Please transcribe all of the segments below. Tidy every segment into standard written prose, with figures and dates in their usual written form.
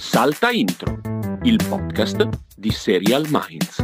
Salta Intro, il podcast di Serial Minds.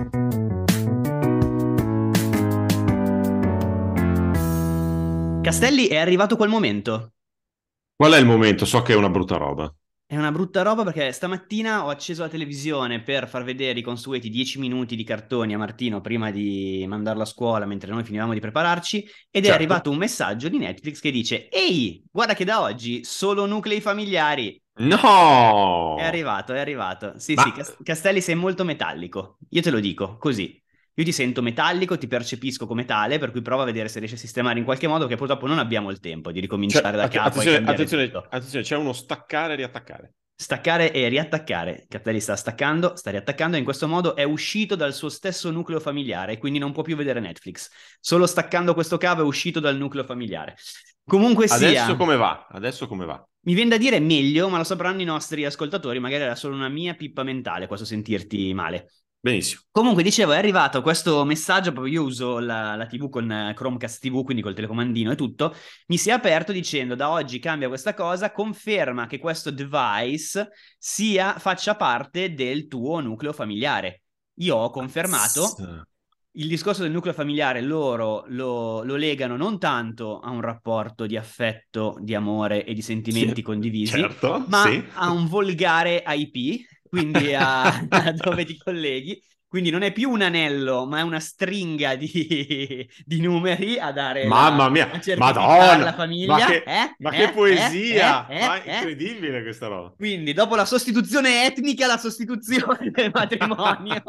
Castelli, è arrivato quel momento. Qual è il momento? So che è una brutta roba. È una brutta roba perché stamattina ho acceso la televisione per far vedere i consueti 10 minuti di cartoni a Martino prima di mandarlo a scuola mentre noi finivamo di prepararci ed è Certo. arrivato un messaggio di Netflix che dice: Ehi, guarda che da oggi solo nuclei familiari. No! È arrivato. Sì, Ma sì, Castelli sei molto metallico. Io te lo dico, così. Io ti sento metallico, ti percepisco come tale, per cui prova a vedere se riesci a sistemare in qualche modo, che purtroppo non abbiamo il tempo di ricominciare da capo e cambiare tutto. attenzione, c'è uno staccare e riattaccare. Staccare e riattaccare. Castelli sta staccando, sta riattaccando e in questo modo è uscito dal suo stesso nucleo familiare e quindi non può più vedere Netflix. Solo staccando questo cavo è uscito dal nucleo familiare. Comunque sia, Adesso come va? Adesso come va? mi viene da dire meglio, ma lo sapranno i nostri ascoltatori, magari era solo una mia pippa mentale questo sentirti male. Benissimo. Comunque, dicevo, è arrivato questo messaggio, proprio io uso la TV con Chromecast TV, quindi col telecomandino e tutto, mi si è aperto dicendo da oggi cambia questa cosa, conferma che questo device faccia parte del tuo nucleo familiare. Io ho confermato. Il discorso del nucleo familiare loro lo legano non tanto a un rapporto di affetto, di amore e di sentimenti Sì, condivisi, certo, sì. ma a un volgare IP, quindi a dove ti colleghi. Quindi non è più un anello, ma è una stringa di numeri a dare Mamma a mia, certificare la Madonna, famiglia. ma che poesia! Ma è Eh? incredibile questa roba. Quindi, dopo la sostituzione etnica, la sostituzione del matrimonio.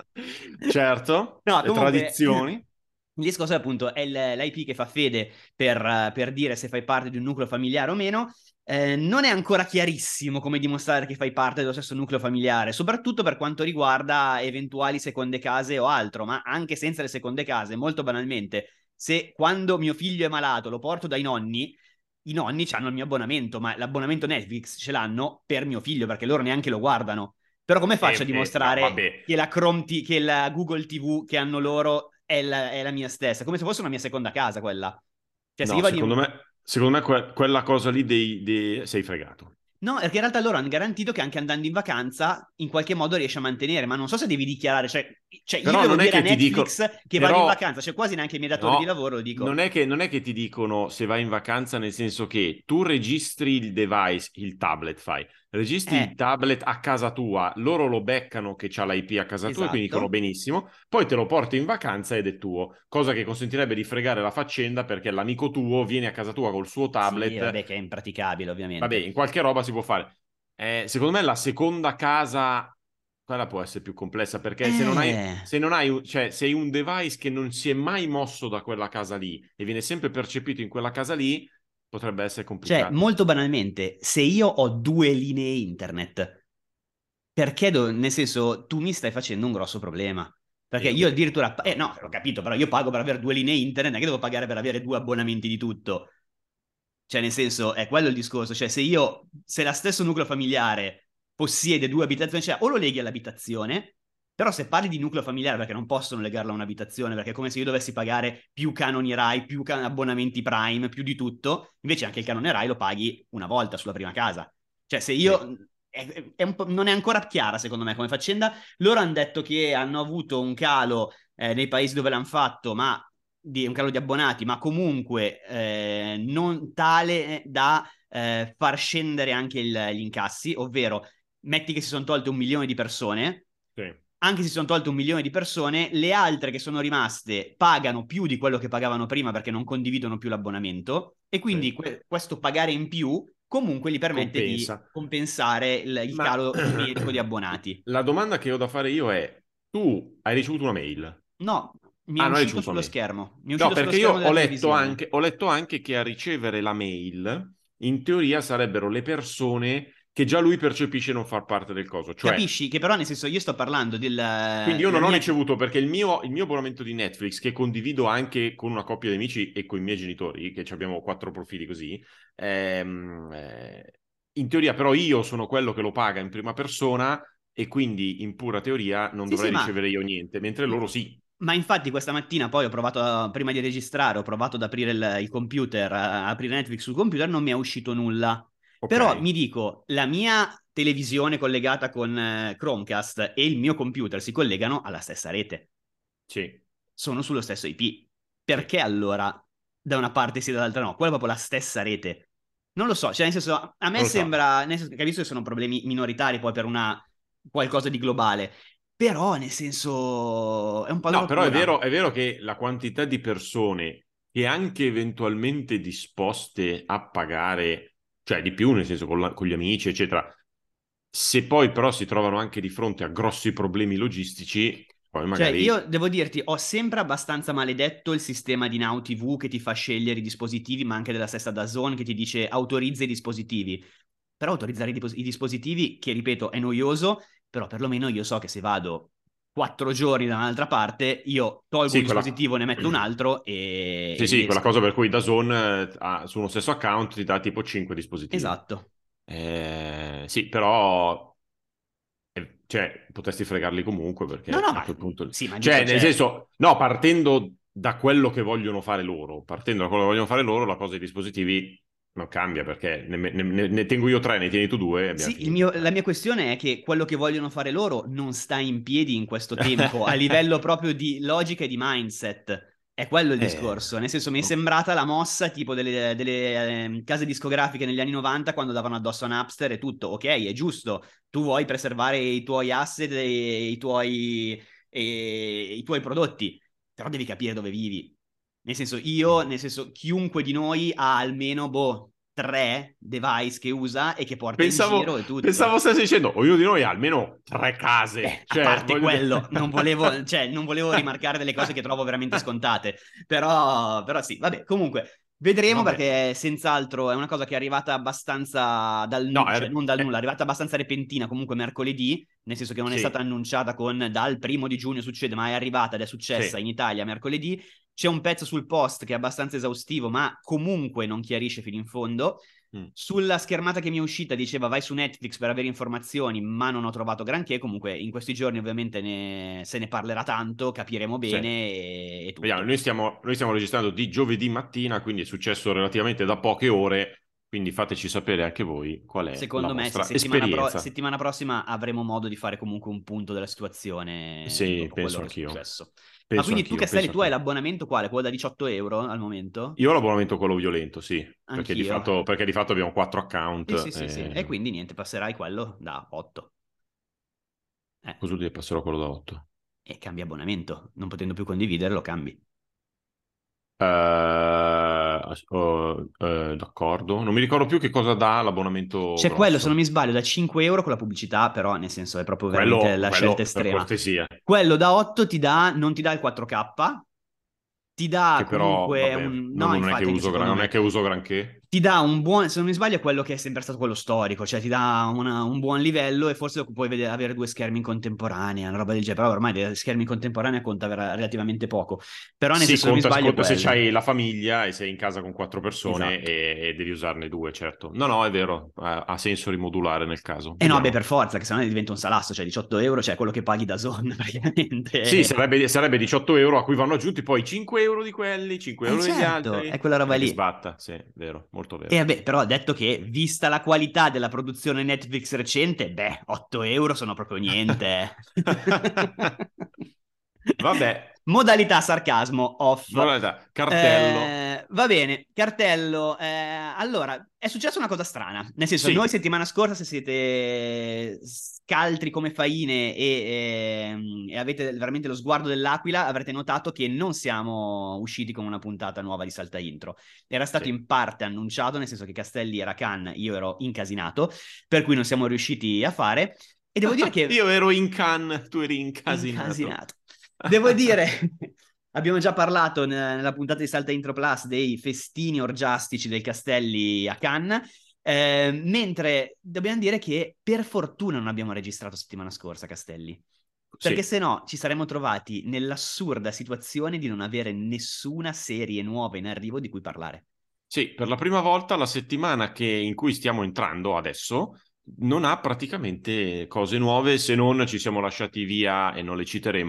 Certo, No, le comunque, tradizioni. il discorso è appunto è l'IP che fa fede per dire se fai parte di un nucleo familiare o meno. Non è ancora chiarissimo come dimostrare che fai parte dello stesso nucleo familiare, soprattutto per quanto riguarda eventuali seconde case o altro, ma anche senza le seconde case, molto banalmente, se quando mio figlio è malato lo porto dai nonni, i nonni hanno il mio abbonamento, ma l'abbonamento Netflix ce l'hanno per mio figlio perché loro neanche lo guardano. Però come faccio a No, dimostrare vabbè. che che la Google TV che hanno loro è la mia stessa? Come se fosse una mia seconda casa quella. Cioè, se io No, vado in... secondo me quella cosa lì sei fregato. No, perché in realtà loro hanno garantito che anche andando in vacanza in qualche modo riesci a mantenere, ma non so se devi dichiarare, cioè io Però devo non è dire a che ti dico, Netflix che vado in però vacanza, cioè quasi neanche i miei datori di no, lavoro lo dico. non è che ti dicono se vai in vacanza, nel senso che tu registri il device, il tablet registri il Eh, tablet a casa tua, loro lo beccano che c'ha l'IP a casa tua e quindi dicono esatto. benissimo, poi te lo porti in vacanza ed è tuo, cosa che consentirebbe di fregare la faccenda perché l'amico tuo viene a casa tua col suo Sì, tablet. vabbè, che è impraticabile, Vabbè, ovviamente. in qualche roba si può fare. Secondo me la seconda casa, quella può essere più complessa perché Eh... cioè, se hai un device che non si è mai mosso da quella casa lì e viene sempre percepito in quella casa lì, potrebbe essere Cioè, complicato. molto banalmente, se io ho due linee internet, perché, nel senso, tu mi stai facendo un grosso problema. Perché io Vabbè, no, addirittura, no. no, ho capito, però io pago per avere due linee internet, non è che devo pagare per avere due abbonamenti di tutto. Cioè, nel senso, è quello il discorso. Cioè, se la stesso nucleo familiare possiede due abitazioni, cioè, o lo leghi all'abitazione, però se parli di nucleo familiare, perché non possono legarlo a un'abitazione, perché è come se io dovessi pagare più canoni Rai, più abbonamenti Prime, più di tutto, invece anche il canone Rai lo paghi una volta sulla prima casa. Cioè, se Sì. io... non è ancora chiara, secondo me, come faccenda. Loro hanno detto che hanno avuto un calo nei paesi dove l'hanno fatto, ma di un calo di abbonati, ma comunque non tale da far scendere anche gli incassi, ovvero metti che si sono tolte 1 milione di persone, Sì. anche se si sono tolte 1 milione di persone, le altre che sono rimaste pagano più di quello che pagavano prima perché non condividono più l'abbonamento e Sì. quindi questo pagare in più comunque gli permette di Compensa. compensare il Ma calo numerico di abbonati. la domanda che ho da fare io è, tu hai ricevuto una mail? No, mi è Ah, non hai uscito ricevuto una sullo mail. schermo, mi è No, uscito sullo perché io schermo della televisione. ho letto anche che a ricevere la mail, in teoria sarebbero le persone che già lui percepisce non far parte del coso. Cioè, Capisci che però nel senso io sto parlando quindi io della non ho mia... ricevuto, perché il mio abbonamento di Netflix, che condivido anche con una coppia di amici e con i miei genitori, che abbiamo 4 profili così, in teoria però io sono quello che lo paga in prima persona e quindi in pura teoria non Sì, sì, dovrei ricevere io niente, mentre loro sì. ma infatti questa mattina poi ho provato, prima di registrare, ho provato ad aprire il computer, a aprire Netflix sul computer, non mi è uscito nulla. Però mi dico, la mia televisione collegata con Chromecast e il mio computer si collegano alla stessa rete. Sì. Sono sullo stesso IP. Perché allora da una parte sì e dall'altra no? Quella è proprio la stessa rete. Non lo so, cioè nel senso, a me sembra, nel senso, capisco che sono problemi minoritari poi per qualcosa di globale, però nel senso è un po' di No, però rottura. è vero che la quantità di persone che anche eventualmente disposte a pagare, cioè di più, nel senso con gli amici, eccetera, se poi però si trovano anche di fronte a grossi problemi logistici, poi Cioè, magari... io devo dirti, ho sempre abbastanza maledetto il sistema di Now TV che ti fa scegliere i dispositivi, ma anche della stessa DAZN che ti dice autorizza i dispositivi. Però autorizzare i dispositivi, che ripeto, è noioso, però perlomeno io so che se vado 4 giorni da un'altra parte, io tolgo un Sì, quella... dispositivo, ne metto un altro Sì, e sì, quella riesco. cosa per cui DAZN su uno stesso account ti dà tipo 5 dispositivi. Esatto. Sì, però cioè, potresti fregarli comunque No, perché no, a ma quel punto... sì, ma dico, Cioè, nel cioè, senso, no, partendo da quello che vogliono fare loro, partendo da quello che vogliono fare loro, la cosa dei dispositivi non cambia perché ne tengo io 3, ne tieni tu 2 e abbiamo sì, finito. la mia questione è che quello che vogliono fare loro non sta in piedi in questo tempo, a livello proprio di logica e di mindset. È quello il Eh, discorso. Nel senso, mi è sembrata la mossa tipo delle case discografiche negli anni 90 quando davano addosso a Napster e tutto. Ok, è giusto. Tu vuoi preservare i tuoi asset e i tuoi prodotti, però devi capire dove vivi. Nel senso, chiunque di noi ha almeno, boh, 3 device che usa e che porta in giro e tutto. pensavo stessi dicendo, ognuno di noi ha almeno 3 case. A Cioè, parte voglio dire... quello, non volevo rimarcare delle cose che trovo veramente scontate, però sì, vabbè, comunque, vedremo Vabbè. perché senz'altro è una cosa che è arrivata abbastanza No, cioè non dal nulla, è è- arrivata abbastanza repentina comunque mercoledì, nel senso che non è stata sì, annunciata con dal 1° di giugno succede, ma è arrivata ed è successa sì. in Italia mercoledì. C'è un pezzo sul post che è abbastanza esaustivo, ma comunque non chiarisce fino in fondo. Mm. Sulla schermata che mi è uscita diceva vai su Netflix per avere informazioni, ma non ho trovato granché. Comunque in questi giorni ovviamente se ne parlerà tanto, capiremo Sì. bene e Vediamo, tutto. noi stiamo registrando di giovedì mattina, quindi è successo relativamente da poche ore, quindi fateci sapere anche voi qual è la Secondo me, sì, vostra esperienza. settimana prossima avremo modo di fare comunque un punto della situazione Sì, dopo quello penso che è anch'io. successo. Ma Penso quindi tu, anch'io, Castelli, penso tu hai anch'io. l'abbonamento quale? Quello da 18 euro al momento? Io ho l'abbonamento quello violento, sì, Anch'io. perché di fatto abbiamo 4 Sì, sì, account. sì, sì. E quindi niente, passerai quello da 8. Cosa vuol dire passerò quello da 8? E cambi abbonamento. Non potendo più condividerlo, cambi. D'accordo. Non mi ricordo più che cosa dà l'abbonamento C'è quello, se non grosso. mi sbaglio, da 5 euro con la pubblicità, però nel senso è proprio veramente la scelta Quello per estrema. cortesia. Quello da 8 non ti dà il 4K, ti dà Che però, comunque vabbè, un... No, non è che infatti anche uso, secondo non è me. che uso granché. Ti dà un buon, se non mi sbaglio, è quello che è sempre stato quello storico, cioè ti dà un buon livello e forse puoi avere 2 schermi in contemporanea, una roba del genere, però ormai dei schermi in contemporanea conta relativamente poco. Però nel Sì, senso, se non mi sbaglio, è conta se quello. c'hai la famiglia e sei in casa con 4 persone Esatto. e devi usarne 2, certo. No, no, è vero, ha senso rimodulare nel caso. E no, beh, Vediamo. per forza, che sennò diventa un salasso, cioè 18 euro, cioè quello che paghi da Zone Sì, praticamente. sarebbe 18 euro a cui vanno aggiunti poi 5 euro di quelli, 5 euro degli Certo, altri. è quella roba Che lì. sbatta, sì, vero, molto E vero. vabbè, però detto che, vista la qualità della produzione Netflix recente, beh, 8 euro sono proprio niente. Vabbè, Modalità sarcasmo off. modalità, cartello. Va bene, cartello. Allora, è successa una cosa strana. Nel senso, noi Sì, settimana scorsa, se siete scaltri come faine e avete veramente lo sguardo dell'aquila, avrete notato che non siamo usciti con una puntata nuova di Salta Intro. Era stato sì. in parte annunciato, nel senso che Castelli era Cannes, io ero incasinato, per cui non siamo riusciti a fare. E devo dire che Io ero in Cannes, tu eri incasinato. incasinato. Devo dire, abbiamo già parlato nella puntata di Salta Intro Plus dei festini orgiastici del Castelli a Cannes, mentre dobbiamo dire che per fortuna non abbiamo registrato settimana scorsa Castelli, perché Sì, se no ci saremmo trovati nell'assurda situazione di non avere nessuna serie nuova in arrivo di cui parlare. sì, per la prima volta la settimana in cui stiamo entrando adesso non ha praticamente cose nuove, se non ci siamo lasciati via, e non le citeremo,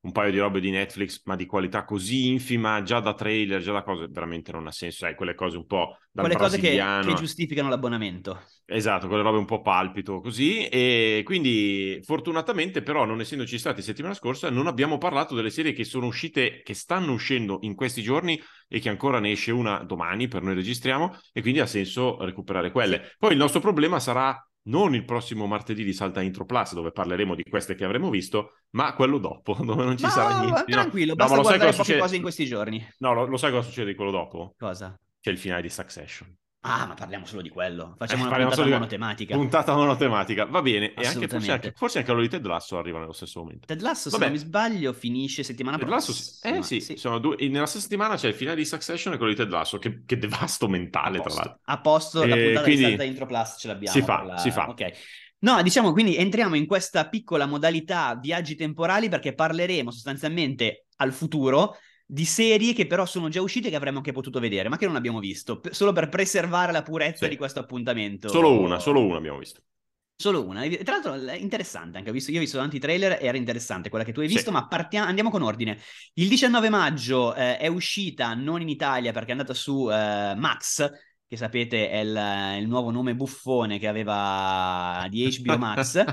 un paio di robe di Netflix, ma di qualità così infima, già da trailer, già da cose, veramente non ha senso, sai, quelle cose un po' dal Quelle cose che brasiliano. giustificano l'abbonamento. Esatto, quelle robe un po' palpito così, e quindi fortunatamente però, non essendoci stati settimana scorsa, non abbiamo parlato delle serie che sono uscite, che stanno uscendo in questi giorni e che ancora ne esce una domani, per noi registriamo, e quindi ha senso recuperare quelle. Sì. Poi il nostro problema sarà non il prossimo martedì di Salta Intro Plus, dove parleremo di queste che avremo visto, ma quello dopo, dove non ci sarà Ma niente. No, tranquillo, no, ma basta lo sai cosa guardare poche succede? cose in questi giorni. No, lo sai cosa succede di quello dopo? Cosa? C'è il finale di Succession. Ah, ma parliamo solo di quello. Facciamo una Parliamo puntata solo di monotematica. puntata monotematica, va bene, e anche Assolutamente. forse anche Lolita e Lasso arriva nello stesso momento. Ted Lasso, se non mi Vabbè, sbaglio, finisce settimana Ted Lasso sì, prossima. sì, Sì, sono due, nella stessa settimana c'è il finale di Succession e quello di Ted Lasso, che devasto a mentale, tra posto. l'altro. A posto, la E puntata di Salta quindi Intro Plus ce si l'abbiamo per fa, si la... fa. Ok. No, diciamo, quindi entriamo in questa piccola modalità viaggi temporali perché parleremo sostanzialmente al futuro di serie che però sono già uscite e che avremmo anche potuto vedere, ma che non abbiamo visto, solo per preservare la purezza di Sì. questo appuntamento. Solo una abbiamo visto. Solo una. Tra l'altro è interessante anche, io ho visto tanti trailer, era interessante quella che tu hai Sì. visto, ma andiamo con ordine. Il 19 maggio è uscita, non in Italia perché è andata su Max, che sapete è il nuovo nome buffone che aveva di HBO Max.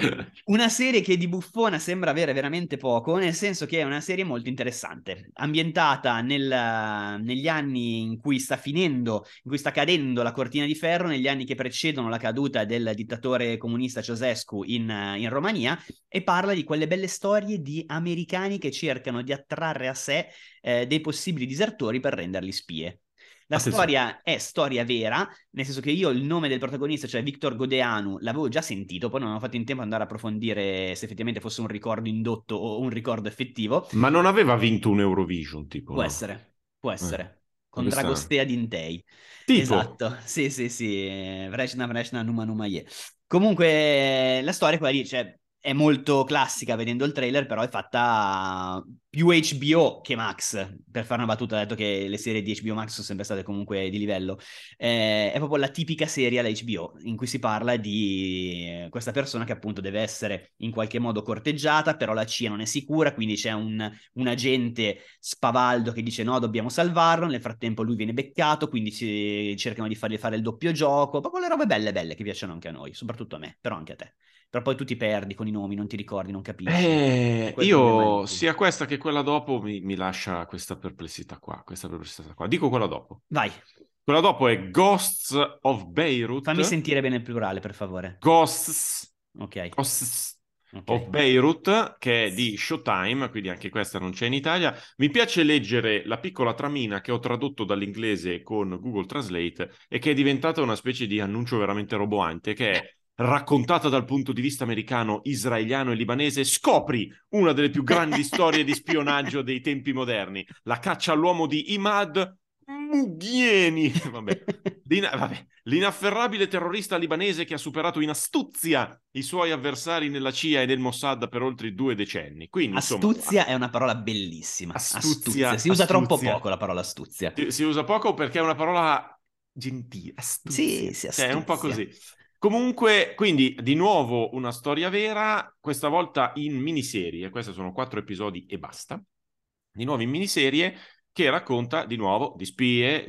Una serie che di buffona sembra avere veramente poco, nel senso che è una serie molto interessante, ambientata negli anni in cui sta finendo, in cui sta cadendo la cortina di ferro, negli anni che precedono la caduta del dittatore comunista Ceausescu in Romania, e parla di quelle belle storie di americani che cercano di attrarre a sé dei possibili disertori per renderli spie. La Attenzione. storia è storia vera, nel senso che io il nome del protagonista, cioè Victor Godeanu, l'avevo già sentito, poi non ho fatto in tempo ad andare a approfondire se effettivamente fosse un ricordo indotto o un ricordo effettivo. Ma non aveva vinto un Eurovision, tipo, Può no? essere, può essere. Con Questa... Dragostea Dintei. Tipo, Esatto, sì, sì, sì. Vreshna Numa Numa Ye. Comunque, la storia è quella lì, cioè, è molto classica vedendo il trailer, però è fatta più HBO che Max. Per fare una battuta, ho detto che le serie di HBO Max sono sempre state comunque di livello. È proprio la tipica serie alla HBO, in cui si parla di questa persona che appunto deve essere in qualche modo corteggiata, però la CIA non è sicura, quindi c'è un agente spavaldo che dice no, dobbiamo salvarlo, nel frattempo lui viene beccato, quindi cercano di fargli fare il doppio gioco, proprio le robe belle belle che piacciono anche a noi, soprattutto a me, però anche a te. Però poi tu ti perdi con i nomi, non ti ricordi, non capisci. È quel problema io lì. sia questa che quella dopo mi lascia questa perplessità qua, Dico quella dopo. Vai, Quella dopo è Ghosts of fammi Beirut. sentire bene il plurale, per favore. Ghosts, Ok, Ghosts of ok. Beirut, che è di Showtime, quindi anche questa non c'è in Italia. Mi piace leggere la piccola tramina che ho tradotto dall'inglese con Google Translate e che è diventata una specie di annuncio veramente roboante, che è raccontata dal punto di vista americano, israeliano e libanese. Scopri una delle più grandi storie di spionaggio dei tempi moderni, la caccia all'uomo di Imad Mughieni. Vabbè. L'inafferrabile terrorista libanese che ha superato in astuzia i suoi avversari nella CIA e nel Mossad per oltre 2 decenni. Quindi, insomma, Astuzia è una parola bellissima. Astuzia. astuzia, Si usa troppo astuzia. poco la parola astuzia. Si usa poco perché è una parola gentile, Sì, astuzia. sì, Cioè, è un po' astuzia. così. Comunque, quindi, di nuovo una storia vera, questa volta in miniserie. Questi sono 4 episodi e basta. Di nuovo in miniserie, che racconta di nuovo di spie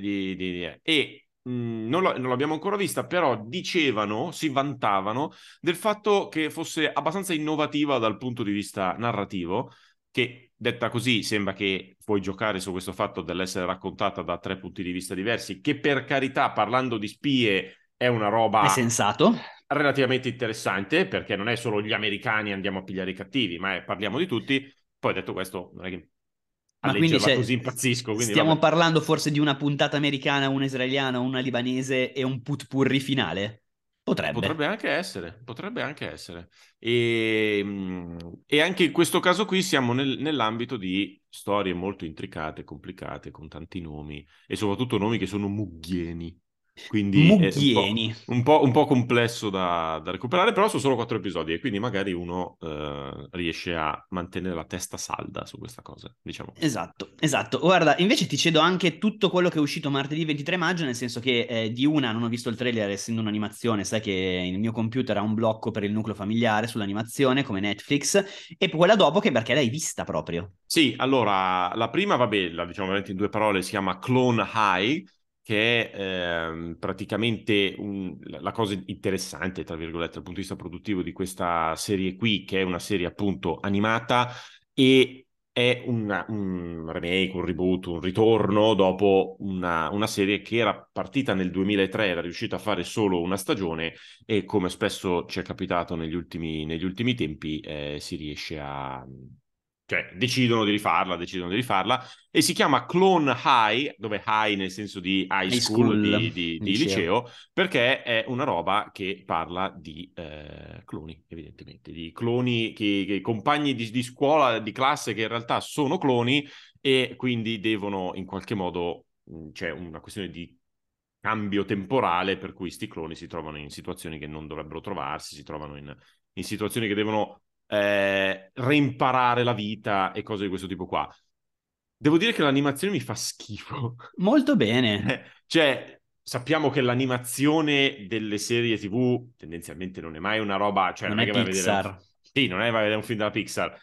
e non l'abbiamo ancora vista, però dicevano, si vantavano del fatto che fosse abbastanza innovativa dal punto di vista narrativo, che detta così sembra che puoi giocare su questo fatto dell'essere raccontata da 3 punti di vista diversi, che per carità, parlando di spie, è una È roba sensato. relativamente interessante, perché non è solo gli americani andiamo a pigliare i cattivi, ma parliamo di tutti. Poi detto questo, non è che a Ma quindi leggerla così impazzisco, quindi stiamo vabbè. parlando forse di una puntata americana, una israeliana, una libanese e un putpurri finale? Potrebbe. Potrebbe anche essere, potrebbe anche essere. E anche in questo caso qui siamo nell'ambito di storie molto intricate, complicate, con tanti nomi, e soprattutto nomi che sono mugghieni. quindi è Mughieni. un po' complesso da recuperare, però sono solo 4 episodi e quindi magari uno riesce a mantenere la testa salda su questa cosa, diciamo così. Esatto, esatto. Guarda, invece ti cedo anche tutto quello che è uscito martedì 23 maggio, nel senso che di una non ho visto il trailer essendo un'animazione, sai che il mio computer ha un blocco per il nucleo familiare sull'animazione come Netflix, e quella dopo che perché l'hai vista proprio. Sì, allora, la prima, vabbè, la diciamo veramente in 2 parole, si chiama Clone High, che è praticamente la cosa interessante, tra virgolette, dal punto di vista produttivo di questa serie qui, che è una serie appunto animata e è un remake, un reboot, un ritorno dopo una serie che era partita nel 2003, era riuscita a fare solo una stagione e come spesso ci è capitato negli ultimi tempi, si riesce a... Cioè, decidono di rifarla, e si chiama Clone High, dove high nel senso di high High school, School, di liceo. liceo, perché è una roba che parla di cloni, evidentemente, di cloni, che compagni di scuola, di classe che in realtà sono cloni e quindi devono in qualche modo, c'è una questione di cambio temporale per cui sti cloni si trovano in situazioni che non dovrebbero trovarsi, si trovano in situazioni che devono reimparare la vita e cose di questo tipo qua. Devo dire che l'animazione mi fa schifo. Molto bene. Cioè, sappiamo che l'animazione delle serie TV tendenzialmente non è mai una roba, cioè Non non è è che vai a vedere Pixar. sì, non è che vai a vedere un film della Pixar,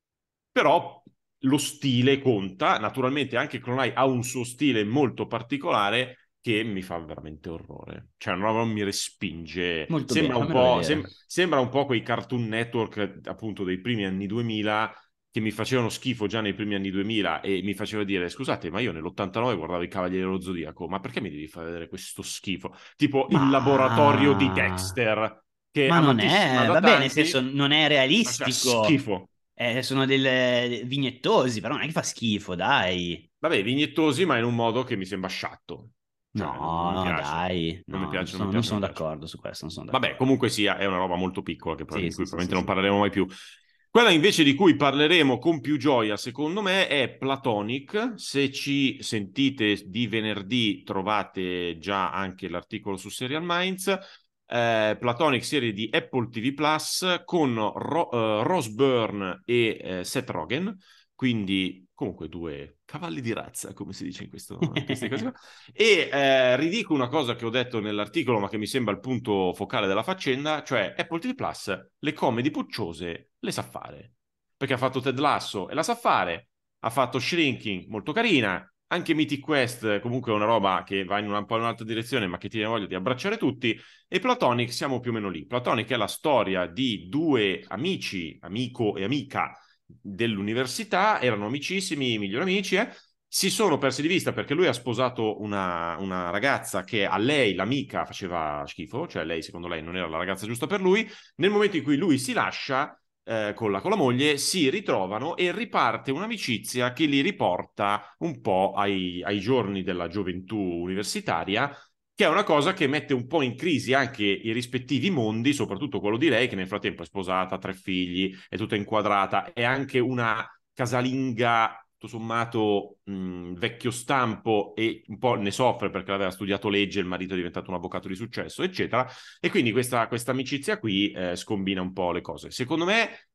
però lo stile conta, naturalmente anche Clone High ha un suo stile molto particolare che mi fa veramente orrore. Cioè, una roba non mi respinge. Molto bene, fammelo vedere. Sembra un po' quei Cartoon Network appunto dei primi anni 2000 che mi facevano schifo già nei primi anni 2000 e mi faceva dire, scusate, ma io nell'89 guardavo i Cavalieri dello Zodiaco, ma perché mi devi far vedere questo schifo? Tipo il laboratorio di Ma... Dexter, che è Ma non amatissima è, da vabbè, nel senso tanti, non è ma fa realistico. schifo. Sono delle vignettosi, però non è che fa schifo, dai. Vabbè, vignettosi, ma in un modo che mi sembra sciatto. Cioè, non mi No, piace. dai, Non mi no, piace, non mi non piace, non sono mi piace. d'accordo su questo, non sono Vabbè, d'accordo. comunque sia, è una roba molto piccola Sì, di cui sì, sì, sì, probabilmente non sì. parleremo mai più. Quella invece di cui parleremo con più gioia, secondo me, è Platonic. Se ci sentite di venerdì trovate già anche l'articolo su Serial Minds. Platonic, serie di Apple TV Plus con Rose Byrne e Seth Rogen, quindi comunque due cavalli di razza, come si dice in queste cose qua. E ridico una cosa che ho detto nell'articolo, ma che mi sembra il punto focale della faccenda, cioè Apple TV Plus le comedy pucciose le sa fare. Perché ha fatto Ted Lasso e la sa fare, ha fatto Shrinking, molto carina, anche Mythic Quest, comunque è una roba che va in un po' in un'altra direzione, ma che ti viene voglia di abbracciare tutti, e Platonic siamo più o meno lì. Platonic è la storia di due amici, amico e amica dell'università, erano amicissimi, migliori amici, si sono persi di vista perché lui ha sposato una ragazza che a lei, l'amica, faceva schifo, cioè lei, secondo lei, non era la ragazza giusta per lui. Nel momento in cui lui si lascia, con la moglie, si ritrovano e riparte un'amicizia che li riporta un po' ai giorni della gioventù universitaria, che è una cosa che mette un po' in crisi anche i rispettivi mondi, soprattutto quello di lei, che nel frattempo è sposata, ha 3 figli, è tutta inquadrata, è anche una casalinga tutto sommato vecchio stampo e un po' ne soffre perché aveva studiato legge, il marito è diventato un avvocato di successo, eccetera, e quindi questa amicizia qui scombina un po' le cose. Secondo me,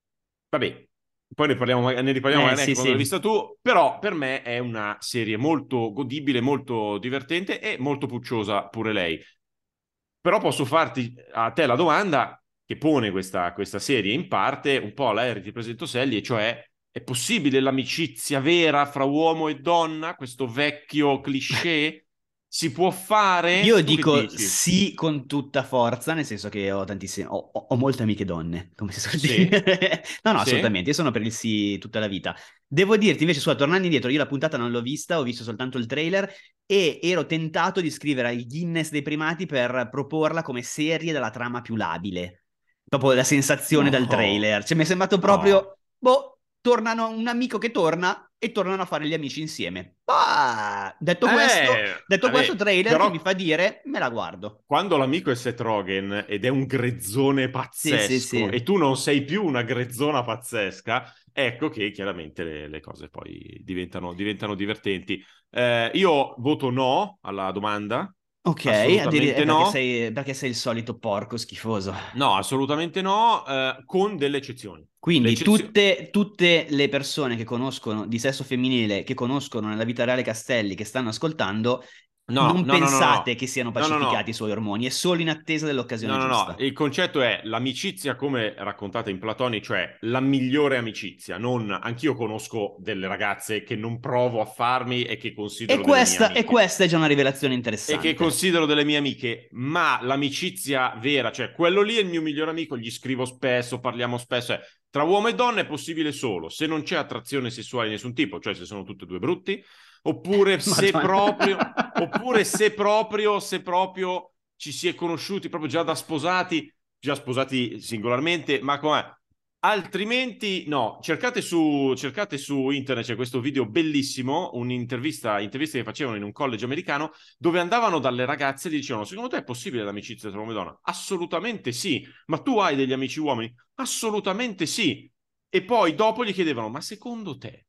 vabbè, poi ne riparliamo magari Sì, anche quando l'hai sì. vista tu, però per me è una serie molto godibile, molto divertente e molto pucciosa pure lei. Però posso farti a te la domanda che pone questa serie in parte, un po' la Harry ti presento Sally, e cioè è possibile l'amicizia vera fra uomo e donna? Questo vecchio cliché? Si può fare? Io Tu che dico dici? sì con tutta forza, nel senso che ho tantissime, ho molte amiche donne, come si suol Sì? dire. No, no, Sì? assolutamente, io sono per il sì tutta la vita. Devo dirti invece, tornando indietro, io la puntata non l'ho vista, ho visto soltanto il trailer e ero tentato di scrivere al Guinness dei primati per proporla come serie dalla trama più labile. Proprio la sensazione dal No, trailer. Cioè, mi è sembrato no. proprio, boh, tornano un amico che torna e tornano a fare gli amici insieme. Ah, detto questo, Vabbè, trailer che mi però fa dire, me la guardo. quando l'amico è Seth Rogen ed è un grezzone Sì, sì, pazzesco e sì. tu non sei più una grezzona pazzesca, ecco che chiaramente le cose poi diventano divertenti. Io voto no alla domanda. Ok, Assolutamente no. perché sei il solito porco schifoso. No, assolutamente no, con delle eccezioni. Le Quindi eccezioni... tutte le persone che conoscono di sesso femminile, che conoscono nella vita reale Castelli, che stanno ascoltando, No, non no, no, no, pensate no, che siano no, no, pacificati i no. suoi ormoni, è solo in attesa No, dell'occasione no, no, giusta. il concetto è l'amicizia come raccontata in Platoni, cioè la migliore amicizia, non anch'io conosco delle ragazze che non provo a farmi e che considero delle mie E amiche. questa è già una rivelazione E che interessante. considero delle mie amiche, ma l'amicizia vera, cioè quello lì è il mio migliore amico, gli scrivo spesso, parliamo spesso, tra uomo e donna è possibile solo se non c'è attrazione sessuale di nessun tipo, cioè se sono tutti e due brutti, oppure se proprio ci si è conosciuti proprio già sposati singolarmente, ma com'è? Altrimenti, no, cercate su internet, c'è questo video bellissimo, interviste che facevano in un college americano, dove andavano dalle ragazze e gli dicevano, secondo te è possibile l'amicizia tra uomo e donna? Assolutamente sì. Ma tu hai degli amici uomini? Assolutamente sì. E poi dopo gli chiedevano, ma secondo te,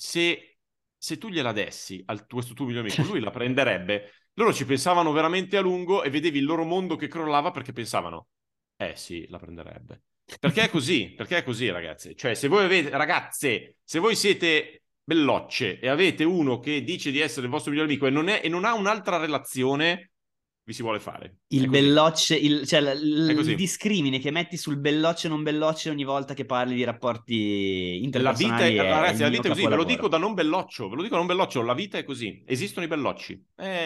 se tu gliela dessi questo tuo migliore amico, lui la prenderebbe? Loro ci pensavano veramente a lungo e vedevi il loro mondo che crollava perché pensavano, eh sì, la prenderebbe. Perché è così, ragazze. Cioè, se voi avete, ragazze, se voi siete bellocce e avete uno che dice di essere il vostro migliore amico e non ha un'altra relazione, vi si vuole fare. È Il così. bellocce, cioè È il così. discrimine che metti sul bellocce e non bellocce ogni volta che parli di rapporti interpersonali è il Ragazzi, la mio vita è così, ve lo dico capolavoro. da non belloccio, ve lo dico da non belloccio, la vita è così. Esistono i bellocci.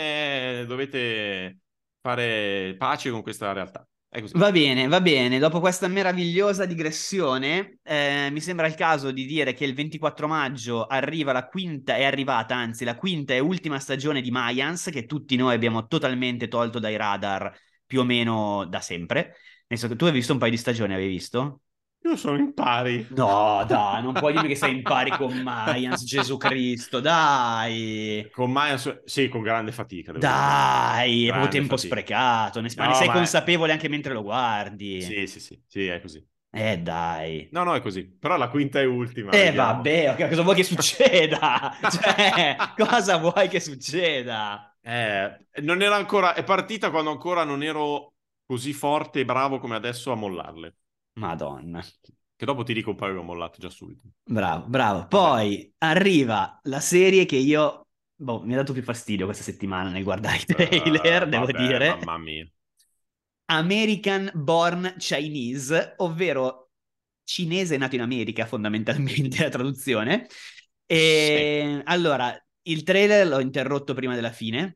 Dovete fare pace con questa realtà. È così. Va bene, dopo questa meravigliosa digressione, mi sembra il caso di dire che il 24 maggio arriva la quinta, è arrivata anzi, la quinta e ultima stagione di Mayans, che tutti noi abbiamo totalmente tolto dai radar più o meno da sempre. Nel senso che tu hai visto un paio di stagioni, avevi visto? Io sono in pari. No, dai, non puoi dirmi che sei in pari con Mayans, Gesù Cristo, dai. Con Maya, sì, con grande fatica, devo dire. Dai, è proprio Grande tempo fatica. sprecato, ma ne No, sei ma consapevole anche mentre lo guardi. sì, sì, sì, sì, è così. Dai. No, no, è così. Però la quinta e ultima, vediamo. Vabbè, ok, cosa vuoi che succeda? Cioè, cosa vuoi che succeda? Non era ancora, è partita quando ancora non ero così forte e bravo come adesso a mollarle. Madonna. Che dopo ti dico un paio che ho mollato già subito. Bravo, bravo. Vabbè. Poi arriva la serie che io, boh, mi ha dato più fastidio questa settimana nel guardare i trailer, devo Vabbè, dire. mamma mia. American Born Chinese, ovvero cinese nato in America, fondamentalmente la traduzione. Sì. E allora, il trailer l'ho interrotto prima della fine.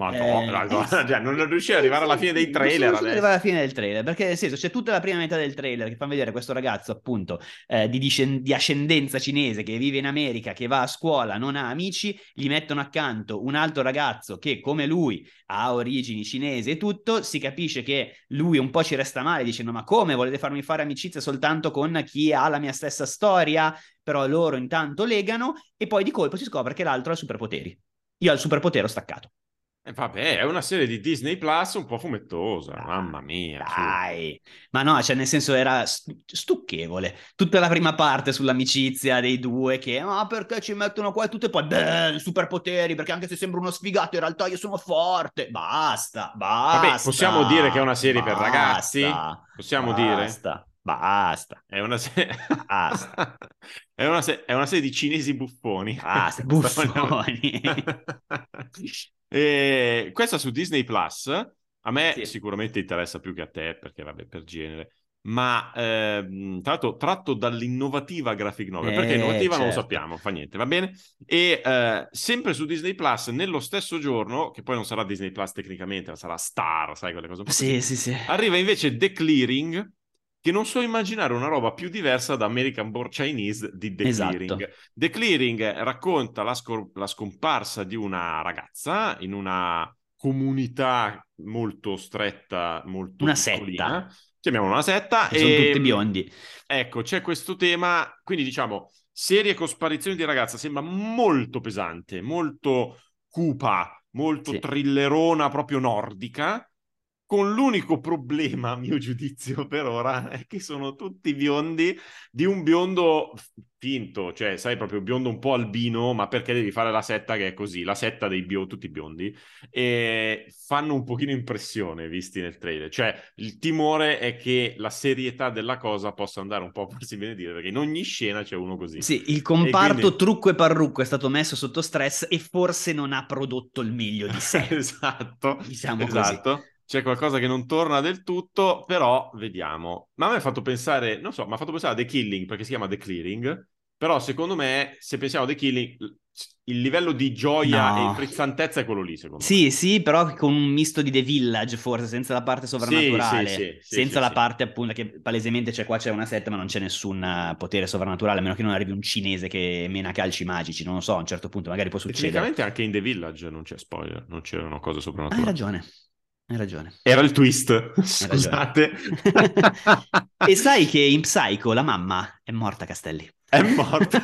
Cioè, non riuscii ad arrivare alla fine dei Non sono trailer riuscito ad arrivare adesso. alla fine del trailer perché nel senso c'è tutta la prima metà del trailer che fa vedere questo ragazzo appunto di ascendenza cinese che vive in America, che va a scuola, non ha amici, gli mettono accanto un altro ragazzo che come lui ha origini cinesi e tutto, si capisce che lui un po' ci resta male dicendo ma come volete farmi fare amicizia soltanto con chi ha la mia stessa storia? Però loro intanto legano e poi di colpo si scopre che l'altro ha superpoteri. Io al superpotere ho staccato. Vabbè, è una serie di Disney Plus un po' fumettosa, mamma Dai, mia, su. dai. Ma no, cioè nel senso era stucchevole. Tutta la prima parte sull'amicizia dei due che, ma perché ci mettono qua e tutto e poi, beh, superpoteri, perché anche se sembro uno sfigato in realtà io sono forte. Basta, Vabbè, possiamo dire che è basta, una serie per ragazzi? basta, Possiamo dire? basta, basta, È una serie... basta, è una serie di cinesi buffoni. basta, Questa vogliamo... buffoni. E questa su Disney Plus, a me Sì, sicuramente interessa più che a te, perché vabbè, per genere, ma tra l'altro tratto dall'innovativa graphic novel, perché innovativa non lo certo. sappiamo, fa niente, va bene? E sempre su Disney Plus, nello stesso giorno, che poi non sarà Disney Plus tecnicamente, ma sarà Star, sai, quelle cose un po' così, Sì, sì, sì. arriva invece The Clearing, che non so immaginare una roba più diversa da American Born Chinese di The Clearing. Esatto. The Clearing racconta la scomparsa di una ragazza in una comunità molto stretta, molto Una setta, piccolina, chiamiamola una setta, che sono tutti e biondi. ecco, c'è questo tema, quindi diciamo, serie con sparizioni di ragazza, sembra molto pesante, molto cupa, molto Sì. thrillerona, proprio nordica, con l'unico problema, a mio giudizio per ora, è che sono tutti biondi di un biondo finto, cioè sai proprio biondo un po' albino, ma perché devi fare la setta che è così, la setta dei tutti biondi, e fanno un pochino impressione visti nel trailer, cioè il timore è che la serietà della cosa possa andare un po' a farsi benedire, perché in ogni scena c'è uno così. Sì, il E comparto quindi... trucco e parrucco è stato messo sotto stress e forse non ha prodotto il meglio di sé. Esatto, Diciamo così. esatto. C'è qualcosa che non torna del tutto, però vediamo. Ma a me ha fatto pensare, non so, mi ha fatto pensare a The Killing, perché si chiama The Clearing, però secondo me, se pensiamo a The Killing, il livello di gioia e No. frizzantezza è quello lì, secondo me. Sì, sì, però con un misto di The Village, forse, senza la parte Sì, sì, sovrannaturale, sì, sì, senza sì, la sì. parte appunto che palesemente c'è una setta, ma non c'è nessun potere sovrannaturale, a meno che non arrivi un cinese che mena calci magici, non lo so, a un certo punto magari può succedere. Tecnicamente anche in The Village non c'è spoiler, non c'erano cose Hai soprannaturali. ragione, hai ragione, Era il twist, hai ragione. scusate. E sai che in Psycho la mamma è morta, Castelli. È morta.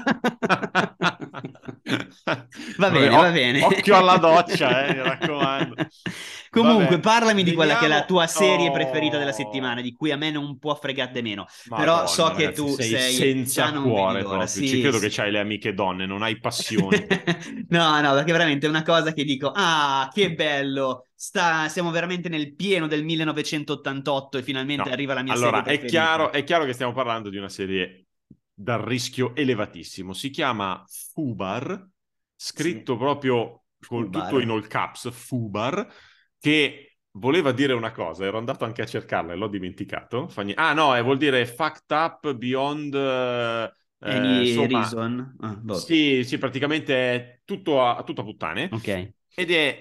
Va Vabbè, bene, va bene. occhio alla doccia, mi raccomando. Comunque, Vabbè, parlami di quella che è la veniamo... tua serie preferita della settimana, Oh, di cui a me non può fregare meno. Però so Madonna, che ragazzi, tu sei sei, già senza non vedi cuore l'ora. proprio. Ci Sì, credo che sì. c'hai le amiche donne, non hai passioni. No, no, perché veramente è una cosa che dico, ah, che bello, siamo veramente nel pieno del 1988 e finalmente No, arriva la mia serie allora, preferita. è chiaro che stiamo parlando di una serie dal rischio elevatissimo. Si chiama Fubar, Sì, scritto proprio con tutto in Fubar. all caps, Fubar, che voleva dire una cosa, ero andato anche a cercarla e l'ho dimenticato. Ah no, vuol dire fucked up beyond... Any insomma, reason? Ah, boh. sì, sì, praticamente è tutto a puttane. Ok. Ed è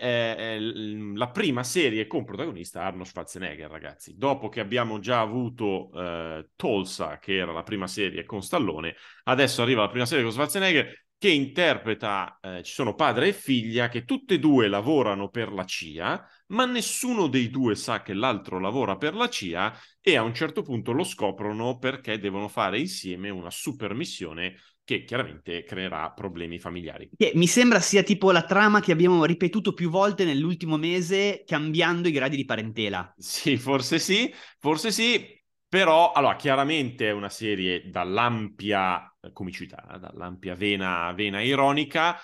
la prima serie con protagonista Arnold Schwarzenegger, ragazzi. Dopo che abbiamo già avuto Tulsa, che era la prima serie con Stallone, adesso arriva la prima serie con Schwarzenegger, che interpreta, ci sono padre e figlia, che tutte e due lavorano per la CIA, ma nessuno dei due sa che l'altro lavora per la CIA e a un certo punto lo scoprono perché devono fare insieme una super missione che chiaramente creerà problemi familiari. Che mi sembra sia tipo la trama che abbiamo ripetuto più volte nell'ultimo mese, cambiando i gradi di parentela. Forse sì, però allora chiaramente è una serie dall'ampia comicità, dall'ampia vena ironica,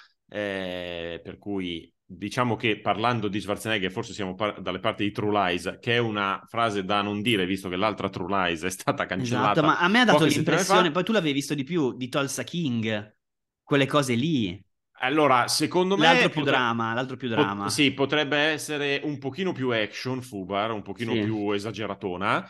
per cui diciamo che parlando di Schwarzenegger forse siamo dalle parti di True Lies, che è una frase da non dire visto che l'altra True Lies è stata Esatto, cancellata ma a me ha dato poche settimane l'impressione, fa. poi tu l'avevi visto di più, di Tulsa King, quelle cose lì. Allora, secondo me L'altro più drama. sì, potrebbe essere un pochino più action, Fubar, un pochino Sì. più esageratona.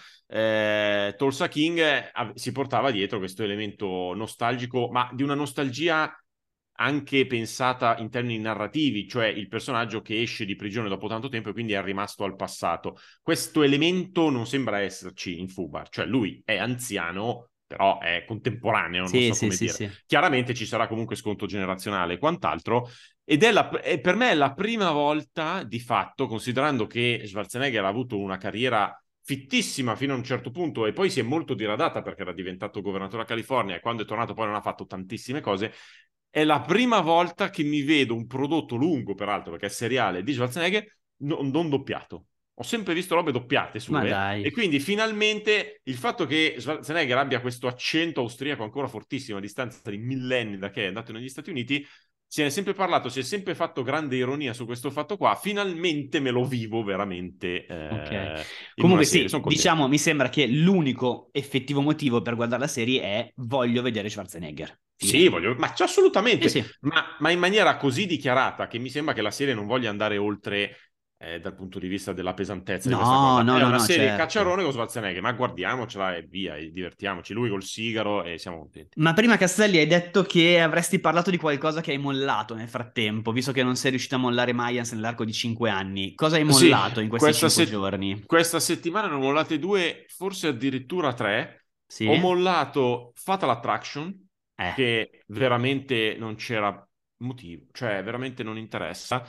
Tulsa King si portava dietro questo elemento nostalgico, ma di una nostalgia anche pensata in termini narrativi, cioè il personaggio che esce di prigione dopo tanto tempo e quindi è rimasto al passato. Questo elemento non sembra esserci in Fubar, cioè lui è anziano, però è contemporaneo, non Sì, so sì, come sì, dire. sì. Chiaramente ci sarà comunque sconto generazionale e quant'altro, ed per me è la prima volta, di fatto, considerando che Schwarzenegger ha avuto una carriera fittissima fino a un certo punto e poi si è molto diradata perché era diventato governatore a California e quando è tornato poi non ha fatto tantissime cose, è la prima volta che mi vedo un prodotto lungo, peraltro, perché è seriale, di Schwarzenegger, non doppiato. Ho sempre visto robe doppiate Ma sue e dai. quindi finalmente il fatto che Schwarzenegger abbia questo accento austriaco ancora fortissimo a distanza di millenni da che è andato negli Stati Uniti, se ne è sempre parlato, si è sempre fatto grande ironia su questo fatto qua, finalmente me lo vivo veramente Ok. in una Comunque serie, sì, sono contento. diciamo, mi sembra che l'unico effettivo motivo per guardare la serie è voglio vedere Schwarzenegger. Sì, Fine. ma c'è Sì, assolutamente, sì. ma in maniera così dichiarata che mi sembra che la serie non voglia andare oltre dal punto di vista della pesantezza di questa No, cosa. no, È no, una no, serie certo. cacciarone con Schwarzenegger, ma guardiamocela e via, e divertiamoci. Lui col sigaro e siamo contenti. Ma prima Castelli hai detto che avresti parlato di qualcosa che hai mollato nel frattempo, visto che non sei riuscito a mollare Mayans nell'arco di 5 anni. Cosa hai Sì, mollato in questi 5 giorni? questa settimana ne ho mollate due, forse addirittura tre. Ho Sì? mollato Fatal Attraction, Eh. che veramente non c'era motivo, cioè veramente non interessa.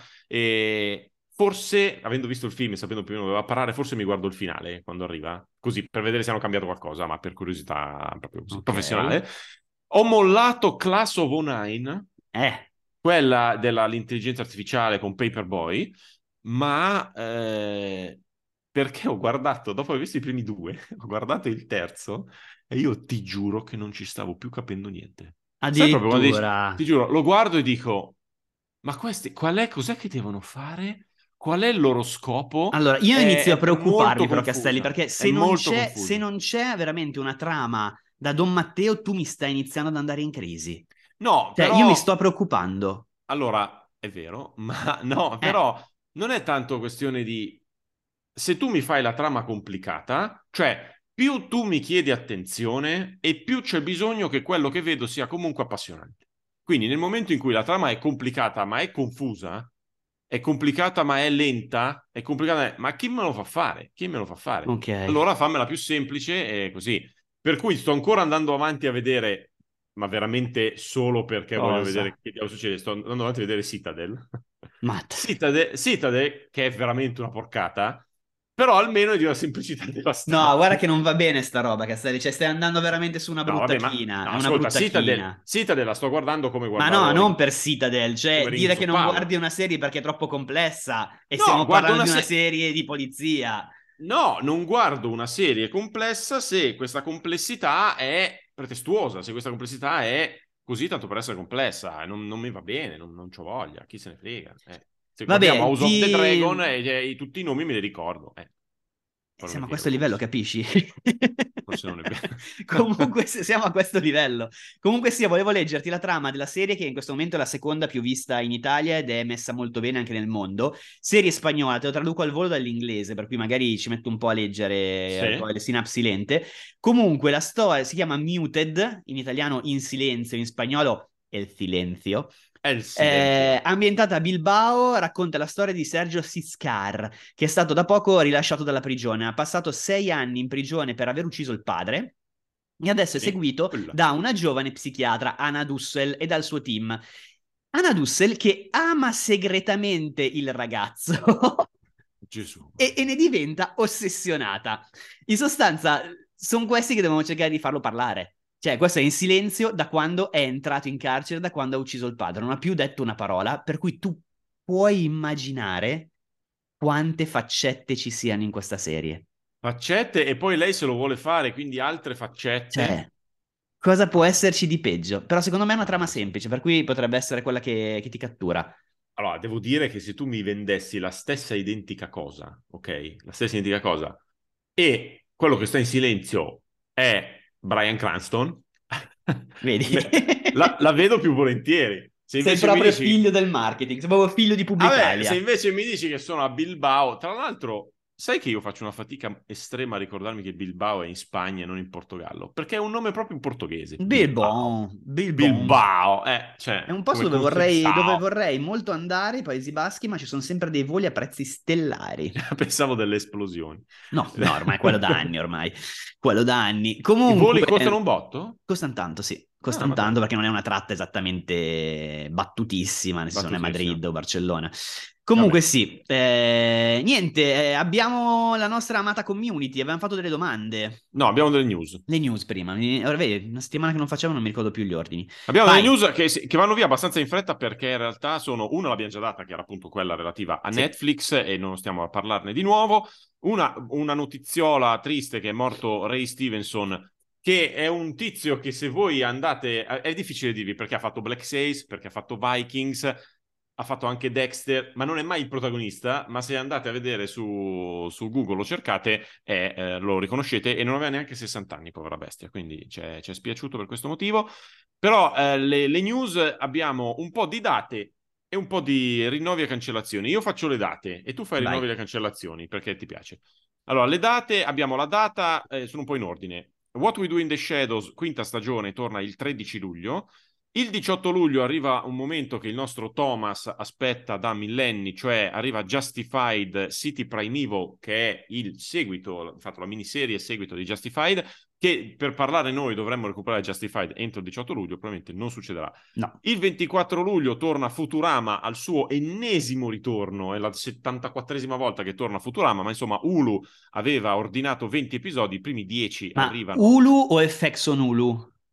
E forse, avendo visto il film e sapendo più o meno dove va a parare, forse mi guardo il finale quando arriva, così per vedere se hanno cambiato qualcosa, ma per curiosità proprio così, Ok. professionale. Ho mollato Class of '09, Eh. quella dell'intelligenza artificiale con Paperboy, ma perché ho guardato, dopo aver visto i primi due, ho guardato il terzo e io ti giuro che non ci stavo più capendo niente. Sai proprio quando dici, Addirittura. ti giuro, lo guardo e dico, ma questi, cos'è che devono fare? Qual è il loro scopo? Allora, io inizio a È molto preoccuparmi però, Castelli, confusa, perché è molto se confusa. non c'è veramente una trama da Don Matteo, tu mi stai iniziando ad andare in crisi. No, Cioè, io mi però, sto preoccupando. allora, è vero, ma no, Eh, però non è tanto questione di se tu mi fai la trama complicata, cioè più tu mi chiedi attenzione e più c'è bisogno che quello che vedo sia comunque appassionante. Quindi nel momento in cui la trama è complicata ma è confusa, è complicata ma è lenta, è complicata, ma chi me lo fa fare? Chi me lo fa fare? ok. Allora fammela più semplice e così. Per cui sto ancora andando avanti a vedere, ma veramente solo perché voglio vedere Cosa? che diavolo succede. Sto andando avanti a vedere Citadel. Matt. Citadel, che è veramente una porcata, però almeno è di una semplicità No, guarda devastante. che non va bene sta roba, Castelli. Cioè, stai andando veramente su una No, brutta vabbè, ma china. no, È una ascolta, brutta Citadel, china. Citadel la sto guardando Ma no, non per Citadel. come Cioè, dire Rings che of non Power. guardi una serie perché è troppo complessa e No, stiamo guardo parlando una di una serie. serie di polizia. No, non guardo una serie complessa se questa complessità è pretestuosa, se questa complessità è così tanto per essere complessa. Non mi va bene, non c'ho voglia, chi se ne frega. Se guardiamo Vabbè, House of the Dragon, tutti i nomi me li ricordo. Poi non è siamo a vero, questo livello, forse. capisci? Forse non è vero. Comunque, se siamo a questo livello. Comunque, sì, volevo leggerti la trama della serie, che in questo momento è la seconda più vista in Italia ed è messa molto bene anche nel mondo. Serie spagnola, te lo traduco al volo dall'inglese, per cui magari ci metto un po' a leggere Sì, le sinapsi lente. Comunque, la storia si chiama Muted, in italiano In Silenzio, in spagnolo El Silenzio. è il silenzio. Ambientata a Bilbao, racconta la storia di Sergio Siscar, che è stato da poco rilasciato dalla prigione. Ha passato 6 anni in prigione per aver ucciso il padre e adesso è Sì, seguito quella. da una giovane psichiatra, Anna Dussel, e dal suo team. Anna Dussel che ama segretamente il ragazzo Gesù. e ne diventa ossessionata. In sostanza, sono questi che devono cercare di farlo parlare. Cioè, questo è in silenzio da quando è entrato in carcere, da quando ha ucciso il padre. Non ha più detto una parola, per cui tu puoi immaginare quante faccette ci siano in questa serie. Faccette e poi lei se lo vuole fare, quindi altre faccette. Cioè, cosa può Mamma mia, esserci di peggio? Però secondo me è una trama mamma mia. semplice, per cui potrebbe essere quella che ti cattura. Allora, devo dire che se tu mi vendessi la stessa identica cosa, ok? La stessa identica cosa, e quello che sta in silenzio è Bryan Cranston, Vedi? la vedo più volentieri. Se Sei invece mi proprio dici, figlio del marketing, sei proprio figlio di vabbè, se Publitalia. invece mi dici che sono a Bilbao, tra l'altro, sai che io faccio una fatica estrema a ricordarmi che Bilbao è in Spagna e non in Portogallo, perché è un nome proprio in portoghese, Bilbao. Bilbon, Bilbon. Bilbao, È cioè, un posto come dove Curaçao. vorrei molto andare, i Paesi Baschi, ma ci sono sempre dei voli a prezzi stellari. Pensavo delle esplosioni. No, no, ormai, quello da anni, ormai. Quello da anni. I voli Comunque, costano un botto? costano tanto, sì. Ah, Costano ma tanto dai, perché non è una tratta esattamente battutissima, nel senso non è battutissimo. Madrid o Barcellona. Comunque Vabbè. sì, niente, abbiamo la nostra amata community, abbiamo fatto delle domande. No, abbiamo delle news. Le news prima, ora vedi, una settimana che non facciamo non mi ricordo più gli ordini. Abbiamo delle Vai, news che vanno via abbastanza in fretta perché in realtà sono, una l'abbiamo già data, che era appunto quella relativa a sì. Netflix e non stiamo a parlarne di nuovo. Una notiziola triste che è morto Ray Stevenson, che è un tizio che se voi andate, è difficile dirvi perché ha fatto Black Sails, perché ha fatto Vikings, ha fatto anche Dexter, ma non è mai il protagonista, ma se andate a vedere su Google lo cercate lo riconoscete e non aveva neanche 60 anni, povera bestia, quindi ci è spiaciuto per questo motivo. Però le news abbiamo un po' di date e un po' di rinnovi e cancellazioni. Io faccio le date e tu fai i rinnovi e Vai. le cancellazioni perché ti piace. Allora, le date, abbiamo la data, sono un po' in ordine. What We Do in the Shadows, quinta stagione, torna il 13 luglio. Il 18 luglio arriva un momento che il nostro Thomas aspetta da millenni, cioè arriva Justified City Primeval, che è il seguito, infatti la miniserie seguito di Justified, che per parlare noi dovremmo recuperare Justified entro il 18 luglio, probabilmente non succederà. No. Il 24 luglio torna Futurama al suo ennesimo ritorno, è la 74esima volta che torna Futurama, ma insomma Hulu aveva ordinato 20 episodi, i primi 10 Ma arrivano. Hulu o FX on Hulu?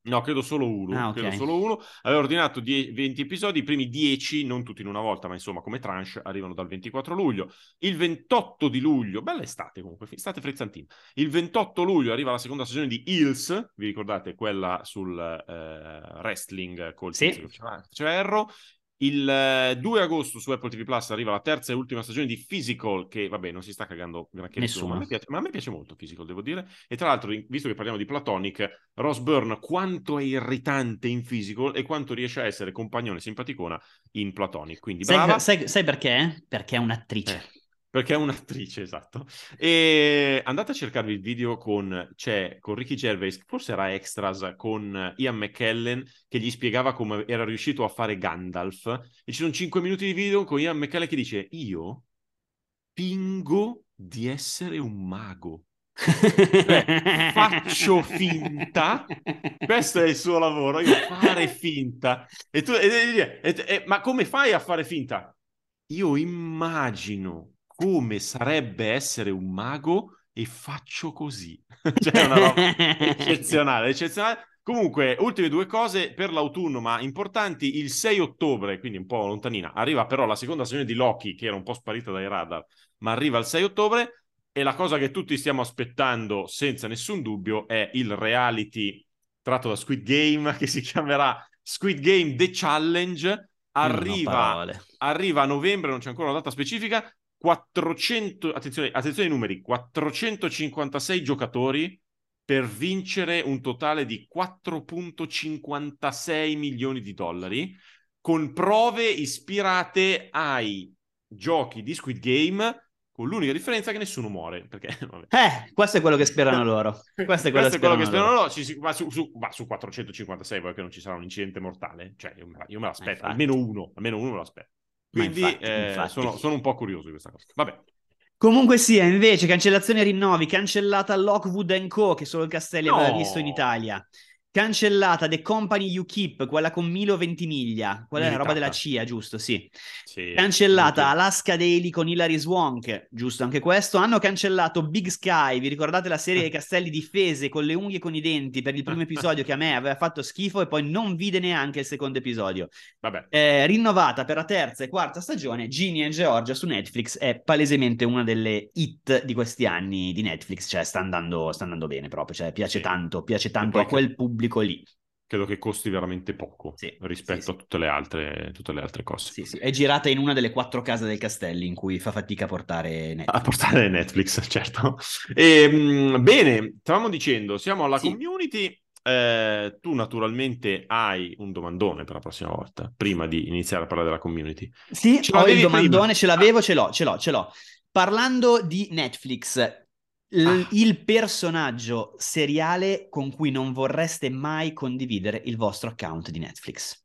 No, credo solo uno. Ah, ok. Credo solo uno. Avevo ordinato 20 episodi, i primi 10, non tutti in una volta, ma insomma come tranche, arrivano dal 24 luglio. Il 28 di luglio, bella estate comunque, estate frizzantina. Il 28 luglio arriva la seconda stagione di Hills, vi ricordate quella sul wrestling col tizio che faceva Arrow. Il 2 agosto su Apple TV Plus arriva la terza e ultima stagione di Physical, che vabbè non si sta cagando granché nessuno, ma a me piace molto Physical, devo dire. E tra l'altro, visto che parliamo di Platonic, Rose Byrne quanto è irritante in Physical e quanto riesce a essere compagnone simpaticona in Platonic, quindi brava. Sai perché? Perché è un'attrice. Perché è un'attrice, esatto. E andate a cercarvi il video con Ricky Gervais, forse era Extras, con Ian McKellen, che gli spiegava come era riuscito a fare Gandalf. E ci sono 5 minuti di video con Ian McKellen che dice: io fingo di essere un mago. Cioè, faccio finta, questo è il suo lavoro, io fare finta. Ma come fai a fare finta? Io immagino come sarebbe essere un mago e faccio così. Cioè, è una roba eccezionale, eccezionale. Comunque, ultime due cose per l'autunno, ma importanti. Il 6 ottobre, quindi un po' lontanina, arriva però la seconda stagione di Loki, che era un po' sparita dai radar, ma arriva il 6 ottobre. E la cosa che tutti stiamo aspettando, senza nessun dubbio, è il reality tratto da Squid Game, che si chiamerà Squid Game The Challenge. Arriva a novembre, non c'è ancora una data specifica. 400, attenzione ai numeri, 456 giocatori per vincere un totale di 4,56 milioni di dollari, con prove ispirate ai giochi di Squid Game, con l'unica differenza che nessuno muore, perché questo è quello che sperano loro. Questo è quello che sperano loro. Ma su 456 vuoi che non ci sarà un incidente mortale? Cioè, io me l'aspetto, Infatti. almeno uno me lo aspetto. Quindi infatti. sono un po' curioso di questa cosa. Vabbè. Comunque sia, invece, cancellazione e rinnovi, cancellata Lockwood & Co, che solo il Castelli aveva visto in Italia. Cancellata The Company You Keep, quella con Milo Ventimiglia, quella è la roba della CIA, giusto? Sì. Cancellata Alaska Daily con Hilary Swank, giusto anche questo. Hanno cancellato Big Sky, vi ricordate la serie dei castelli difese con le unghie e con i denti per il primo episodio che a me aveva fatto schifo e poi non vide neanche il secondo episodio. Vabbè. Rinnovata per la terza e quarta stagione, Ginny e Georgia su Netflix, è palesemente una delle hit di questi anni di Netflix, cioè sta andando bene proprio, cioè piace tanto a quel pubblico lì. Credo che costi veramente poco rispetto a tutte le altre cose. Sì. È girata in una delle 4 case del Castelli in cui fa fatica a portare Netflix. A portare Netflix, certo. Bene, stavamo dicendo, siamo alla community. Tu naturalmente hai un domandone per la prossima volta, prima di iniziare a parlare della community. Sì, ho il domandone, ce l'avevo, ce l'ho. Parlando di Netflix, il personaggio seriale con cui non vorreste mai condividere il vostro account di Netflix.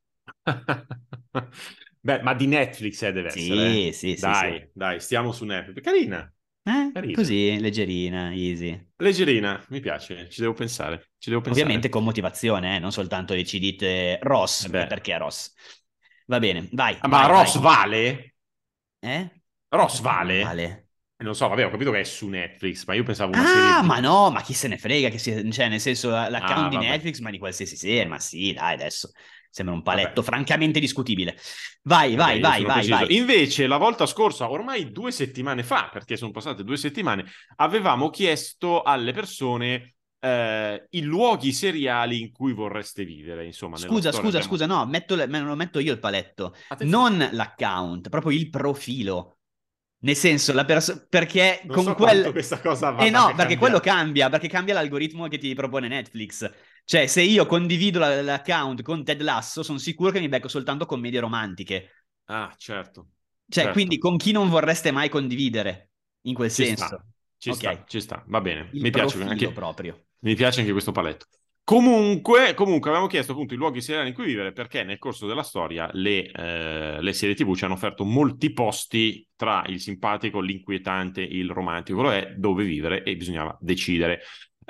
Beh, ma di Netflix deve essere. Sì. Dai, stiamo su Netflix. Carina. Così, leggerina, easy. Leggerina, mi piace, ci devo pensare. Ovviamente con motivazione, non soltanto ci dite Ross, perché Ross. Va bene, vai. Ma Ross vale? Ross vale? Non so, vabbè, ho capito che è su Netflix, ma io pensavo una serie ma no, ma chi se ne frega, cioè nel senso l'account di Netflix, ma di qualsiasi serie, ma sì, dai, adesso sembra un paletto francamente discutibile. Vai. Invece, la volta scorsa, ormai 2 settimane fa, perché sono passate 2 settimane, avevamo chiesto alle persone i luoghi seriali in cui vorreste vivere, insomma. Scusa, no, lo metto io il paletto. Attenzione. Non l'account, proprio il profilo. Nel senso, perché non so quanto questa cosa va. No, perché quello cambia, perché cambia l'algoritmo che ti propone Netflix. Cioè, se io condivido l'account con Ted Lasso, sono sicuro che mi becco soltanto commedie romantiche. Ah, certo. Cioè, quindi con chi non vorreste mai condividere, in quel senso. Ci sta, va bene. Mi piace anche proprio. Mi piace anche questo paletto. Comunque avevamo chiesto appunto i luoghi seriali in cui vivere, perché nel corso della storia le serie TV ci hanno offerto molti posti tra il simpatico, l'inquietante, il romantico, quello è dove vivere e bisognava decidere.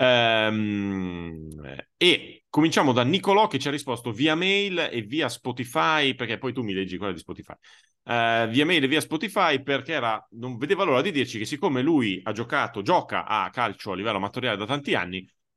E cominciamo da Nicolò che ci ha risposto via mail e via Spotify, perché poi tu mi leggi quella di Spotify. Via mail e via Spotify perché non vedeva l'ora di dirci che siccome lui gioca a calcio a livello amatoriale da tanti anni,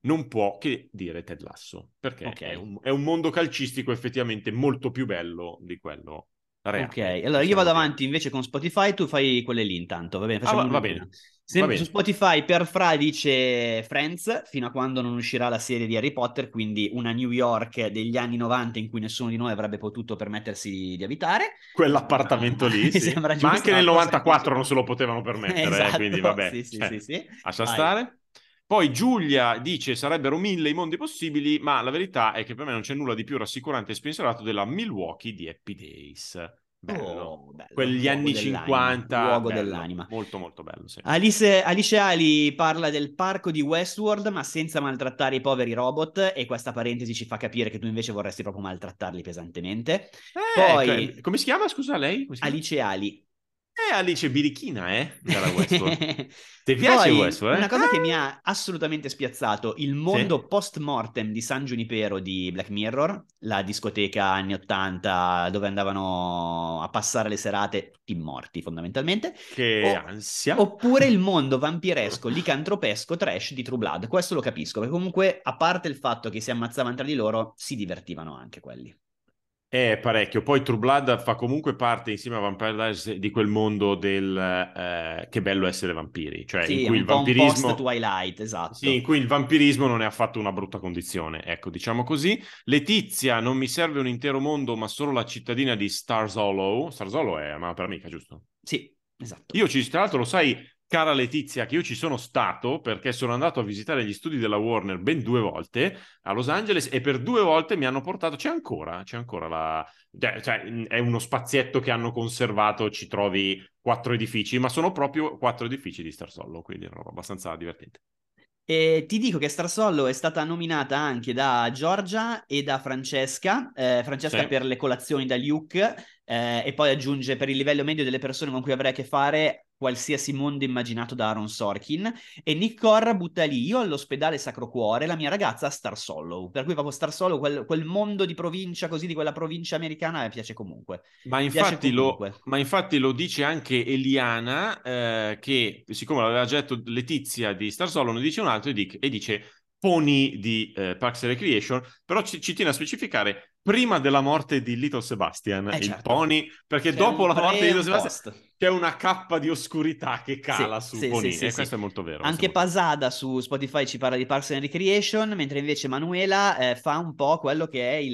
non può che dire Ted Lasso, perché Ok. è un mondo calcistico effettivamente molto più bello di quello Ok, reale, allora io possiamo vado dire. avanti invece con Spotify, tu fai quelle lì intanto, va bene, facciamo una Va a una. bene, va Su bene. Spotify per Fra dice Friends, fino a quando non uscirà la serie di Harry Potter, quindi una New York degli anni 90 in cui nessuno di noi avrebbe potuto permettersi di abitare. Quell'appartamento lì, Mi sì. sembra Ma anche giusta, nel una cosa che 94 dice... non se lo potevano permettere, quindi Esatto, vabbè, sì, sì, cioè, sì, sì. lascia Vai. stare. Poi Giulia dice sarebbero 1000 i mondi possibili, ma la verità è che per me non c'è nulla di più rassicurante e spensierato della Milwaukee di Happy Days. Bello. Oh, bello, Quegli luogo anni dell'anima, 50, luogo bello, dell'anima. molto molto bello, sì. Alice Ali parla del parco di Westworld, ma senza maltrattare i poveri robot, e questa parentesi ci fa capire che tu invece vorresti proprio maltrattarli pesantemente. Poi, Come si chiama, scusa, lei? Come si chiama? Alice Ali. Alice Birichina, dalla Westworld. Ti piace Poi, Westworld, una eh? cosa che mi ha assolutamente spiazzato, il Sì. mondo post-mortem di San Junipero di Black Mirror, la discoteca anni 80 dove andavano a passare le serate tutti morti fondamentalmente, Che ansia. oppure il mondo vampiresco, licantropesco, trash di True Blood. Questo lo capisco, perché comunque, a parte il fatto che si ammazzavano tra di loro, si divertivano anche quelli. È parecchio. Poi True Blood fa comunque parte, insieme a Vampire Diaries, di quel mondo del che bello essere vampiri, cioè in Sì, è cui il un po' un vampirismo, post-Twilight, sì, in esatto. cui il vampirismo non è affatto una brutta condizione, ecco, diciamo così. Letizia, non mi serve un intero mondo, ma solo la cittadina di Stars Hollow. Stars Hollow è una per amica, giusto? Sì, esatto. Tra l'altro, lo sai, cara Letizia, che io ci sono stato perché sono andato a visitare gli studi della Warner ben 2 volte a Los Angeles e per 2 volte mi hanno portato, c'è ancora cioè, è uno spazietto che hanno conservato, ci trovi 4 edifici, ma sono proprio 4 edifici di Star Solo, quindi è una roba abbastanza divertente. E ti dico che Starsollo è stata nominata anche da Giorgia e da Francesca, Francesca Sì. per le colazioni da Luke, e poi aggiunge per il livello medio delle persone con cui avrei a che fare qualsiasi mondo immaginato da Aaron Sorkin, e Nick Corra butta lì, io all'ospedale Sacro Cuore, la mia ragazza a Star Solo, per cui proprio Star Solo, quel mondo di provincia così, di quella provincia americana, mi piace comunque. Piace comunque. Ma infatti lo dice anche Eliana, che siccome l'aveva già detto Letizia di Star Solo, ne dice un altro e dice Pony di Parks and Recreation, però ci tiene a specificare prima della morte di Little Sebastian, il Certo, Pony, perché c'è dopo un la morte pre di e Little un Sebastian post. c'è una cappa di oscurità che cala Sì, su sì, sì, Pony, sì, e sì. questo è molto vero. Questo è Anche molto vero. Pasada su Spotify ci parla di Parks and Recreation, mentre invece Manuela fa un po' quello che è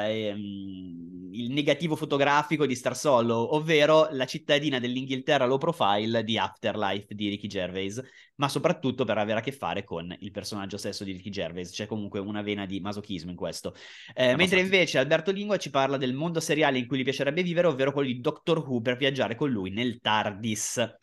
il negativo fotografico di Star Solo, ovvero la cittadina dell'Inghilterra low profile di Afterlife di Ricky Gervais, ma soprattutto per avere a che fare con il personaggio stesso di Ricky Gervais. C'è comunque una vena di masochismo in questo. Mentre Abbastanza. invece Alberto Lingua ci parla del mondo seriale in cui gli piacerebbe vivere, ovvero quello di Doctor Who per viaggiare con lui nel TARDIS.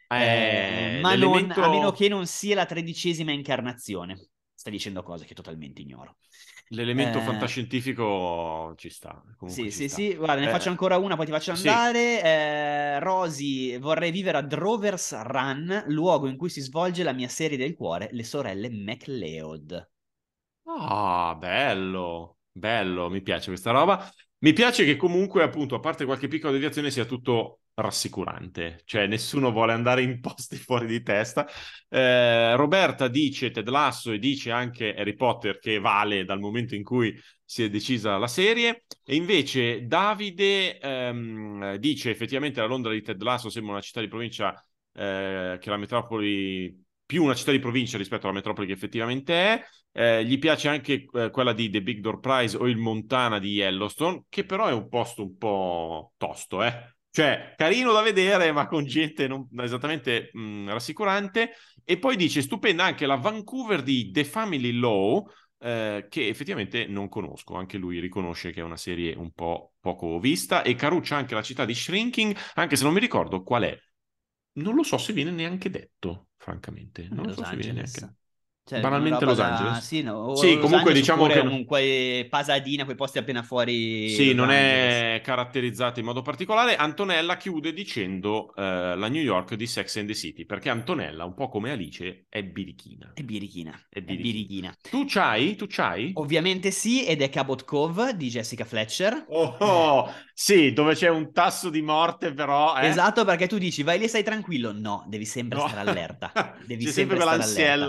Ma non, a meno L'elemento che non sia la 13ª incarnazione. Stai dicendo cose che totalmente ignoro. L'elemento Eh, fantascientifico ci sta, comunque sì, ci sì, sta. sì. Guarda, ne faccio ancora una, poi ti faccio Sì. andare. Rosy, vorrei vivere a Drover's Run, luogo in cui si svolge la mia serie del cuore, Le sorelle MacLeod. Ah, bello, bello, mi piace questa roba. Mi piace che comunque, appunto, a parte qualche piccola deviazione, sia tutto rassicurante, cioè nessuno vuole andare in posti fuori di testa. Roberta dice Ted Lasso e dice anche Harry Potter che vale dal momento in cui si è decisa la serie, e invece Davide dice effettivamente la Londra di Ted Lasso sembra una città di provincia che la metropoli, più una città di provincia rispetto alla metropoli che effettivamente è. Gli piace anche quella di The Big Door Prize o il Montana di Yellowstone, che però è un posto un po' tosto, eh. Cioè, carino da vedere, ma con gente non esattamente rassicurante. E poi dice, stupenda anche la Vancouver di The Family Law, che effettivamente non conosco. Anche lui riconosce che è una serie un po' poco vista. E caruccia anche la città di Shrinking, anche se non mi ricordo qual è. Non lo so se viene neanche detto, francamente. Non lo Los so se viene neanche Angeles. detto. Cioè, una Banalmente roba Los da... Angeles? Sì, no, o Sì, Los comunque Angeles diciamo oppure che comunque Pasadena, quei posti appena fuori sì, Los non Angeles. è caratterizzata in modo particolare. Antonella chiude dicendo la New York di Sex and the City, perché Antonella, un po' come Alice, è birichina. È birichina, È è birichina. birichina. Tu c'hai? Tu c'hai? Ovviamente sì, ed è Cabot Cove di Jessica Fletcher. Oh, sì, dove c'è un tasso di morte, però, eh? Esatto, perché tu dici vai lì e stai tranquillo. No, devi sempre No. stare allerta. Devi C'è sempre sempre stare allerta. quell'ansiella.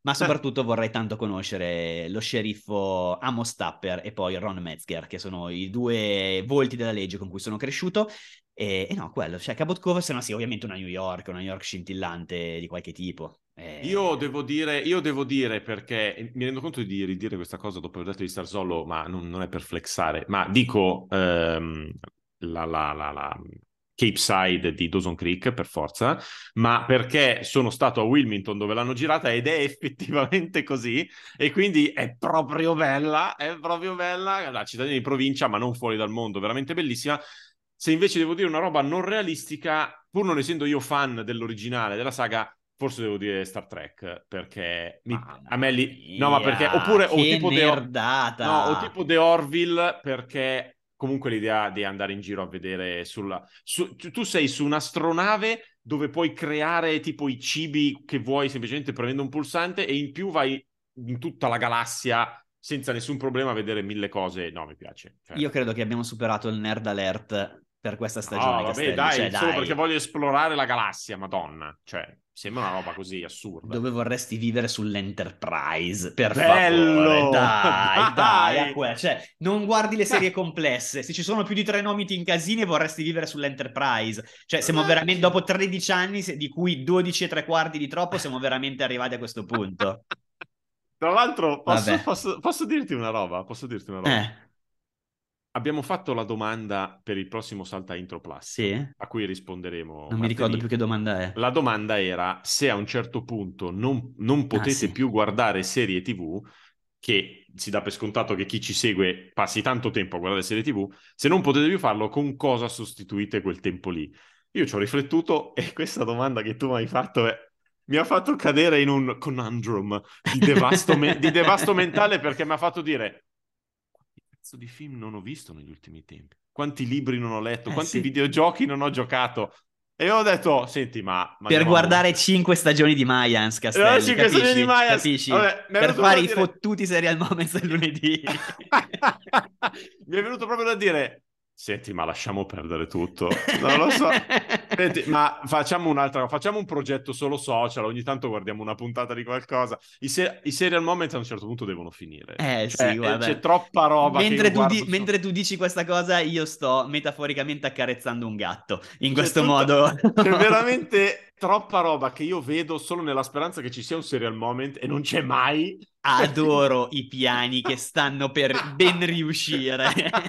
Ma soprattutto vorrei tanto conoscere lo sceriffo Amos Tupper e poi Ron Metzger, che sono i due volti della legge con cui sono cresciuto. E no, quello, cioè Cabot Cove, se no sì, ovviamente una New York scintillante di qualche tipo. Io devo dire perché mi rendo conto di ridire questa cosa dopo aver detto di Star Solo, ma non è per flexare, ma dico la Cape Side di Dawson Creek per forza, ma perché sono stato a Wilmington dove l'hanno girata ed è effettivamente così, e quindi è proprio bella, la cittadina di provincia, ma non fuori dal mondo, veramente bellissima. Se invece devo dire una roba non realistica, pur non essendo io fan dell'originale della saga, forse devo dire Star Trek, perché a me lì... No, ma perché... Oppure... O che tipo nerdata! No, o tipo The Orville, perché comunque l'idea di andare in giro a vedere tu sei su un'astronave dove puoi creare tipo i cibi che vuoi semplicemente premendo un pulsante, e in più vai in tutta la galassia senza nessun problema a vedere mille cose. No, mi piace. Cioè... Io credo che abbiamo superato il nerd alert per questa No, stagione, vabbè, Castelli. dai, Cioè, solo dai. perché voglio esplorare la galassia, Madonna. Cioè, sembra una roba così assurda. Dove vorresti vivere sull'Enterprise? Per Bello! favore, dai, Dai! cioè, non guardi le serie complesse. Se ci sono più di 3 nomi ti incasini e vorresti vivere sull'Enterprise. Cioè, siamo veramente, dopo 13 anni, di cui 12 e 3/4 di troppo, siamo veramente arrivati a questo punto. Tra l'altro, Vabbè. posso dirti una roba? Posso dirti una roba? Eh, Abbiamo fatto la domanda per il prossimo Salta Intro Plus, sì? a cui risponderemo Non mi ricordo martedì. più che domanda è. La domanda era se a un certo punto non potete sì. più guardare serie TV, che si dà per scontato che chi ci segue passi tanto tempo a guardare serie TV, se non potete più farlo, con cosa sostituite quel tempo lì? Io ci ho riflettuto e questa domanda che tu mi hai fatto mi ha fatto cadere in un conundrum di devasto mentale, perché mi ha fatto dire: quanti pezzi di film non ho visto negli ultimi tempi? Quanti libri non ho letto? Quanti Sì. videogiochi non ho giocato? E ho detto, senti, ma per guardare 5 stagioni di Mayans, Castelli, 5 stagioni di Mayans. capisci? Vabbè, Per fare i fottuti serial moments del lunedì. Mi è venuto proprio da dire: senti, ma lasciamo perdere tutto. Non lo so. Senti, ma facciamo un progetto solo social, ogni tanto guardiamo una puntata di qualcosa. I serial moments a un certo punto devono finire. Cioè, sì, guarda. c'è troppa roba mentre tu dici questa cosa, io sto metaforicamente accarezzando un gatto. In questo modo. C'è veramente troppa roba che io vedo solo nella speranza che ci sia un serial moment, e non c'è mai. Adoro i piani che stanno per ben riuscire.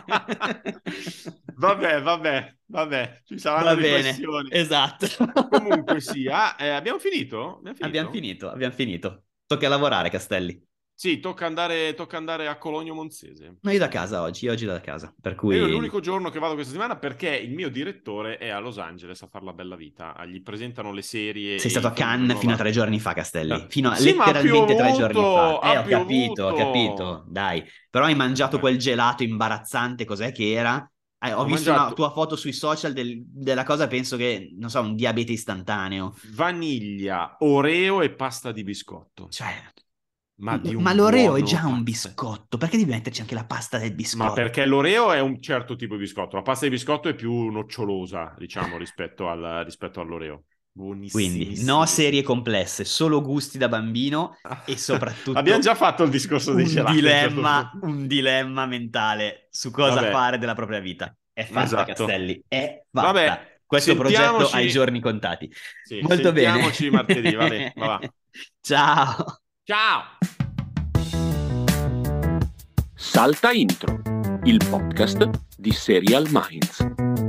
Vabbè, ci saranno riflessioni. Esatto. Comunque sia, abbiamo finito? Abbiamo finito. Tocca lavorare, Castelli. Sì, tocca andare a Cologno Monzese. Ma io da casa oggi da casa, per cui... Io è l'unico giorno che vado questa settimana, perché il mio direttore è a Los Angeles a far la bella vita. Gli presentano le serie. Sei stato a Cannes fino a 3 giorni fa, Castelli. Fino a sì, letteralmente 3 giorni fa. Ho piovuto. capito, dai. Però hai mangiato quel gelato imbarazzante, cos'è che era? Ho visto una tua foto sui social della cosa, penso che, non so, un diabete istantaneo. Vaniglia, Oreo e pasta di biscotto. Cioè... Ma l'Oreo è già un biscotto, perché devi metterci anche la pasta del biscotto? Ma perché l'Oreo è un certo tipo di biscotto, la pasta di biscotto è più nocciolosa, diciamo, rispetto all'Oreo. Quindi, no serie complesse, solo gusti da bambino e soprattutto... Abbiamo già fatto il discorso dei gelati. Un dilemma mentale su cosa fare della propria vita. È fatta, esatto. Castelli, è fatta. Vabbè, questo progetto ha i giorni contati. Sì, molto bene. Sentiamoci martedì, va. Ciao. Ciao! Salta Intro, il podcast di Serial Minds.